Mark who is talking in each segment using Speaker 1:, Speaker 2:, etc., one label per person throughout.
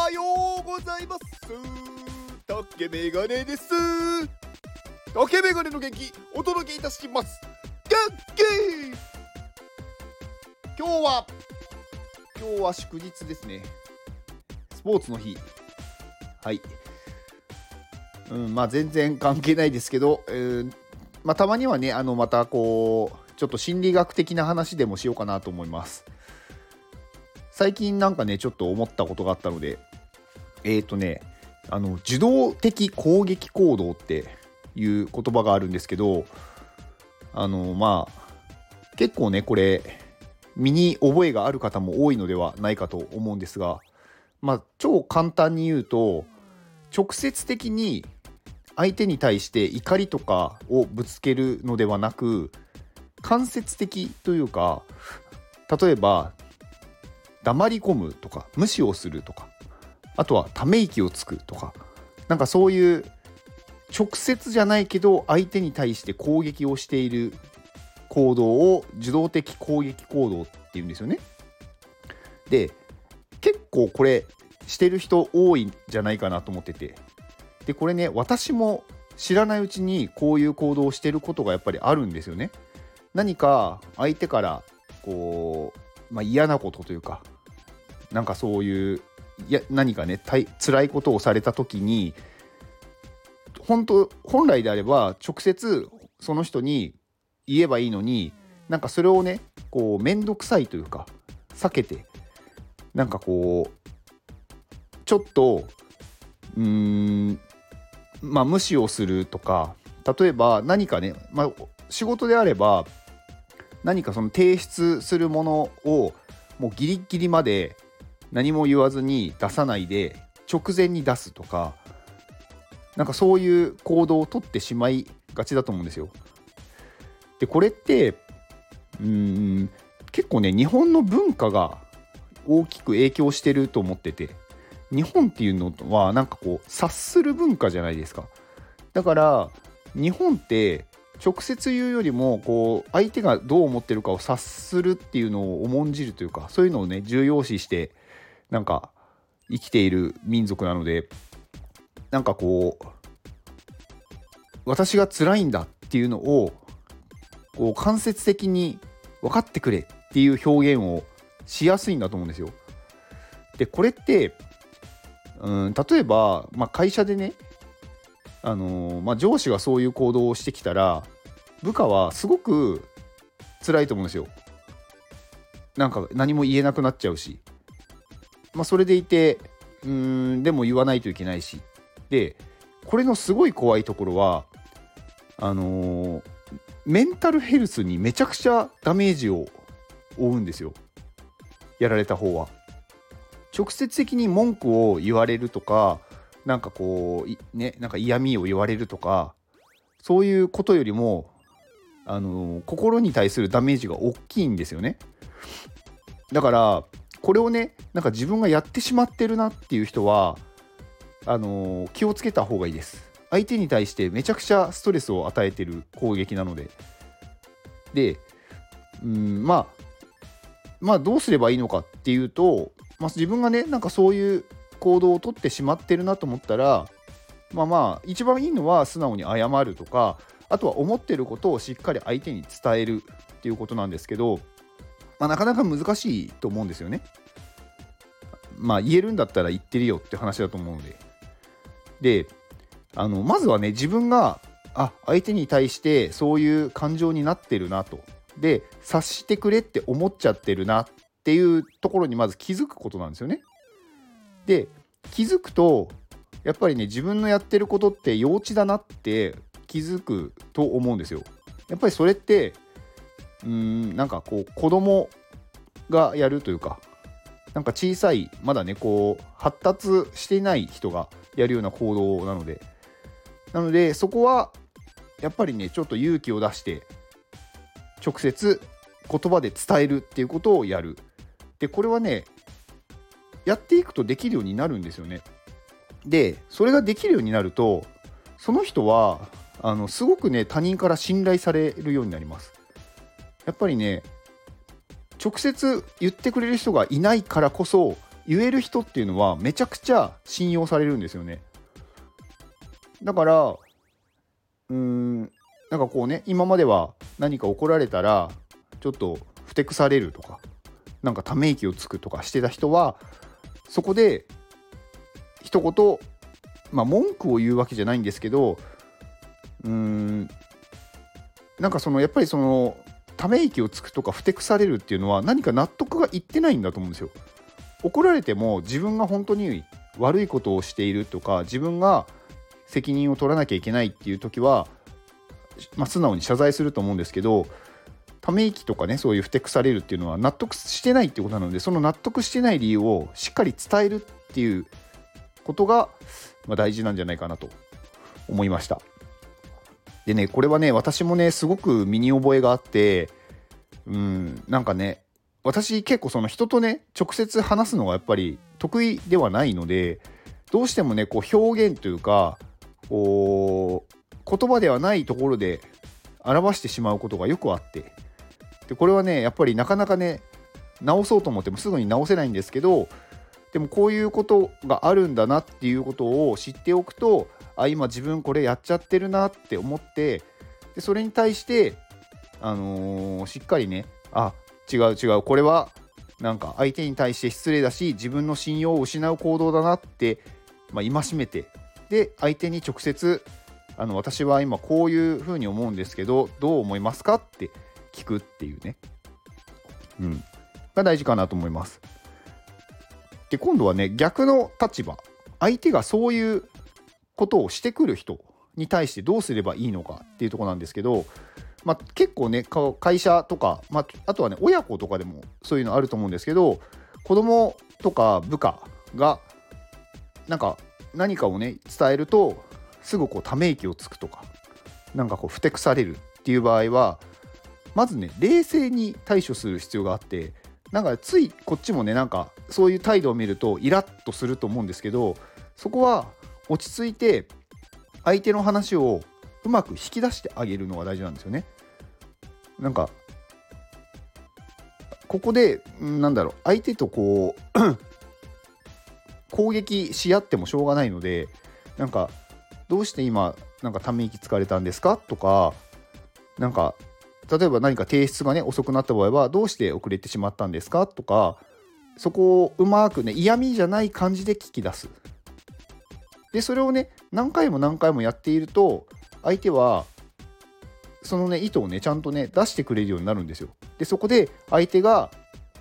Speaker 1: はようございます。竹メガネです。竹メガネの元気お届けいたします。元気。今日は祝日ですね。スポーツの日。はい。全然関係ないですけど、たまにはね、またこうちょっと心理学的な話でもしようかなと思います。最近なんかねちょっと思ったことがあったので、受動的攻撃行動っていう言葉があるんですけど、結構ねこれ身に覚えがある方も多いのではないかと思うんですが、超簡単に言うと、直接的に相手に対して怒りとかをぶつけるのではなく、間接的というか、例えば黙り込むとか無視をするとか、あとはため息をつくとか、なんかそういう直接じゃないけど相手に対して攻撃をしている行動を受動的攻撃行動っていうんですよね。で、結構これしてる人多いんじゃないかなと思ってて、でこれね、私も知らないうちにこういう行動をしてることがやっぱりあるんですよね。何か相手からこう、嫌なことというか、なんかそういう何かね辛いことをされた時に、本来であれば直接その人に言えばいいのに、なんかそれをねこう面倒くさいというか避けて、なんかこうちょっと無視をするとか、例えば何かね、仕事であれば何かその提出するものをもうギリギリまで何も言わずに出さないで直前に出すとか、なんかそういう行動をとってしまいがちだと思うんですよ。でこれって結構ね日本の文化が大きく影響してると思ってて、日本っていうのはなんかこう察する文化じゃないですか。だから日本って直接言うよりもこう相手がどう思ってるかを察するっていうのを重んじるというか、そういうのをね重要視してなんか生きている民族なので、なんかこう私が辛いんだっていうのをこう間接的に分かってくれっていう表現をしやすいんだと思うんですよ。でこれって例えば、会社でね上司がそういう行動をしてきたら、部下はすごく辛いと思うんですよ。なんか何も言えなくなっちゃうし、それでいてでも言わないといけないし、でこれのすごい怖いところはメンタルヘルスにめちゃくちゃダメージを負うんですよ、やられた方は。直接的に文句を言われるとか、なんかこうなんか嫌味を言われるとか、そういうことよりも心に対するダメージが大きいんですよね。だからこれをねなんか自分がやってしまってるなっていう人は気をつけた方がいいです。相手に対してめちゃくちゃストレスを与えてる攻撃なので。でどうすればいいのかっていうと、自分がねなんかそういう行動をとってしまってるなと思ったら、一番いいのは素直に謝るとか、あとは思ってることをしっかり相手に伝えるっていうことなんですけど、なかなか難しいと思うんですよね。言えるんだったら言ってるよって話だと思うので。でまずはね自分が相手に対してそういう感情になってるなと、で察してくれって思っちゃってるなっていうところにまず気づくことなんですよね。で気づくとやっぱりね自分のやってることって幼稚だなって気づくと思うんですよ。やっぱりそれってなんかこう子供がやるというか、なんか小さいまだねこう発達していない人がやるような行動なのでそこはやっぱりねちょっと勇気を出して直接言葉で伝えるっていうことをやる。でこれはねやっていくとできるようになるんですよね。でそれができるようになると、その人はすごくね他人から信頼されるようになります。やっぱりね直接言ってくれる人がいないからこそ言える人っていうのはめちゃくちゃ信用されるんですよね。だからなんかこうね、今までは何か怒られたらちょっとふてくされるとか、なんかため息をつくとかしてた人は、そこで一言、文句を言うわけじゃないんですけど、なんかやっぱりため息をつくとかふてくされるっていうのは何か納得がいってないんだと思うんですよ。怒られても自分が本当に悪いことをしているとか、自分が責任を取らなきゃいけないっていう時は、素直に謝罪すると思うんですけど、ため息とかね、そういうふてくされるっていうのは納得してないってことなので、その納得してない理由をしっかり伝えるっていうことが、大事なんじゃないかなと思いました。でね、これはね、私もねすごく身に覚えがあって、なんかね、私結構人とね直接話すのがやっぱり得意ではないので、どうしてもねこう表現というか、言葉ではないところで表してしまうことがよくあって、でこれはねやっぱりなかなかね直そうと思ってもすぐに直せないんですけど、でもこういうことがあるんだなっていうことを知っておくと、今自分これやっちゃってるなって思って、でそれに対して、しっかりね、違うこれはなんか相手に対して失礼だし、自分の信用を失う行動だなって、戒めて、で相手に直接私は今こういうふうに思うんですけどどう思いますかって聞くっていうね、が大事かなと思います。で今度はね、逆の立場、相手がそういうことをしてくる人に対してどうすればいいのかっていうところなんですけど、結構ね会社とか、あとはね親子とかでもそういうのあると思うんですけど、子供とか部下が何かをね伝えるとすぐため息をつくとか、ふてくされるっていう場合は、まずね冷静に対処する必要があって、ついこっちもねそういう態度を見るとイラッとすると思うんですけど、そこは落ち着いて相手の話をうまく引き出してあげるのが大事なんですよね。ここで相手と攻撃し合ってもしょうがないので、どうして今ため息つかれたんですかとか、例えば何か提出がね遅くなった場合はどうして遅れてしまったんですかとか、そこをうまくね嫌味じゃない感じで聞き出す。でそれをね何回もやっていると、相手はそのね意図をねちゃんとね出してくれるようになるんですよ。でそこで相手が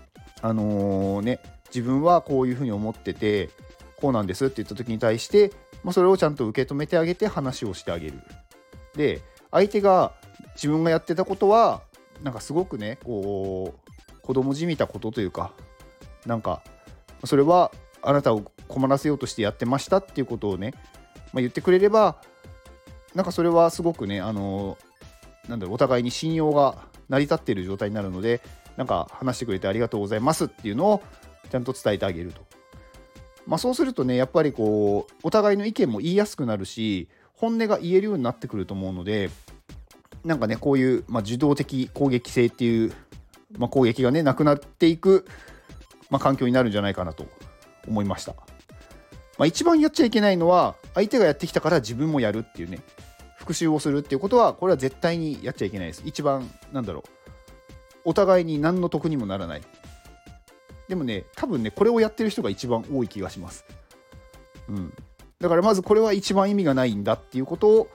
Speaker 1: 自分はこういうふうに思っててこうなんですって言った時に対して、それをちゃんと受け止めてあげて話をしてあげる。で相手が自分がやってたことはすごくね子供じみたことというか、それはあなたを困らせようとしてやってましたっていうことをね、言ってくれれば、それはすごくねお互いに信用が成り立っている状態になるので、話してくれてありがとうございますっていうのをちゃんと伝えてあげると。そうするとねやっぱりお互いの意見も言いやすくなるし、本音が言えるようになってくると思うので、こういう、受動的攻撃性っていう、攻撃がねなくなっていく、環境になるんじゃないかなと思いました。一番やっちゃいけないのは、相手がやってきたから自分もやるっていうね、復習をするっていうことは、これは絶対にやっちゃいけないです。一番お互いに何の得にもならない。でもね多分ねこれをやってる人が一番多い気がします。だからまずこれは一番意味がないんだっていうことを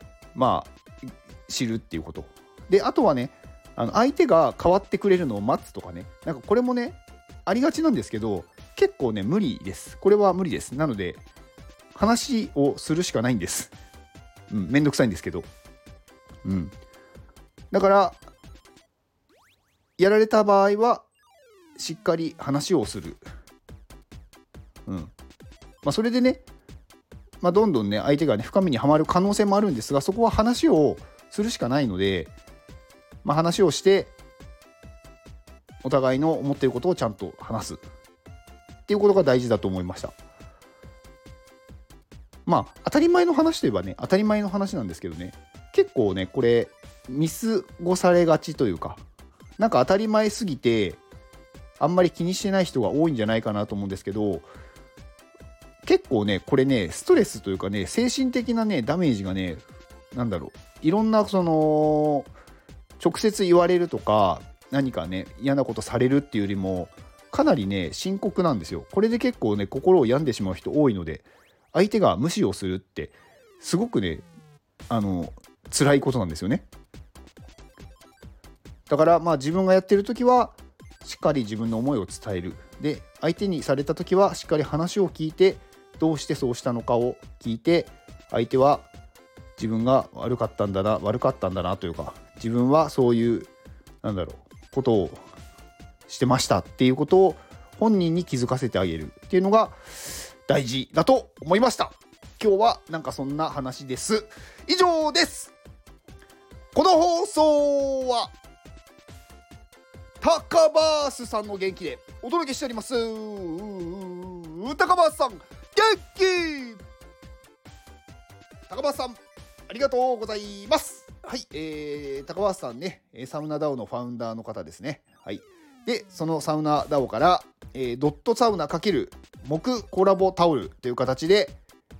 Speaker 1: 知るっていうことで、あとはね相手が変わってくれるのを待つとかね、これもねありがちなんですけど、結構ね無理です。これは無理です。なので話をするしかないんです。めんどくさいんですけど、だからやられた場合はしっかり話をする。それでね、どんどんね相手がね深みにはまる可能性もあるんですが、そこは話をするしかないので、話をしてお互いの思っていることをちゃんと話すっていうことが大事だと思いました。当たり前の話といえばね当たり前の話なんですけどね、結構ねこれ見過ごされがちというか、当たり前すぎてあんまり気にしてない人が多いんじゃないかなと思うんですけど、結構ねこれねストレスというかね精神的なねダメージがねいろんな直接言われるとか何かね嫌なことされるっていうよりもかなりね深刻なんですよ。これで結構ね心を病んでしまう人多いので、相手が無視をするってすごくね辛いことなんですよね。だから自分がやってる時はしっかり自分の思いを伝える。で相手にされた時はしっかり話を聞いて、どうしてそうしたのかを聞いて、相手は自分が悪かったんだなというか、自分はそういうことをしてましたっていうことを本人に気づかせてあげるっていうのが大事だと思いました。今日はそんな話です。以上です。この放送は高バースさんの元気でお届けしております。高バースさん元気、高バースさんありがとうございます。はい、高バースさんねサウナダオのファウンダーの方ですね。はい、でそのサウナダオから、ドットサウナ×木コラボタオルという形で、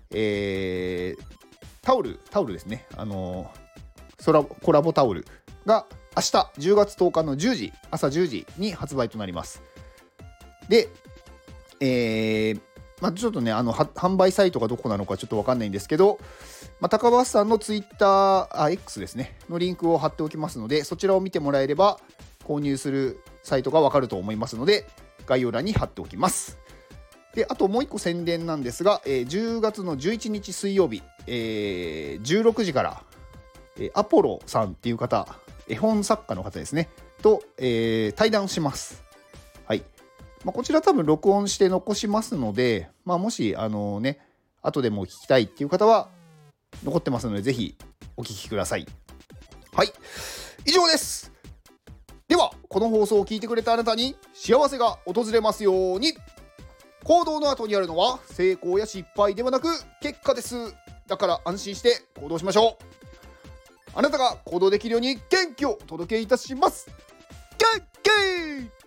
Speaker 1: タオルですね、コラボタオルが明日10月10日の10時朝10時に発売となります。で、ちょっとね販売サイトがどこなのかちょっと分かんないんですけど、高橋さんのツイッターX ですねのリンクを貼っておきますので、そちらを見てもらえれば購入するサイトが分かると思いますので、概要欄に貼っておきます。であともう一個宣伝なんですが、10月の11日水曜日、16時から、アポロさんっていう方、絵本作家の方ですねと、対談します。はい、こちら多分録音して残しますので、もし後でも聞きたいっていう方は残ってますので、ぜひお聞きください。はい、以上です。ではこの放送を聞いてくれたあなたに幸せが訪れますように。行動の後にあるのは成功や失敗ではなく結果です。だから安心して行動しましょう。あなたが行動できるように元気をお届けいたします。元気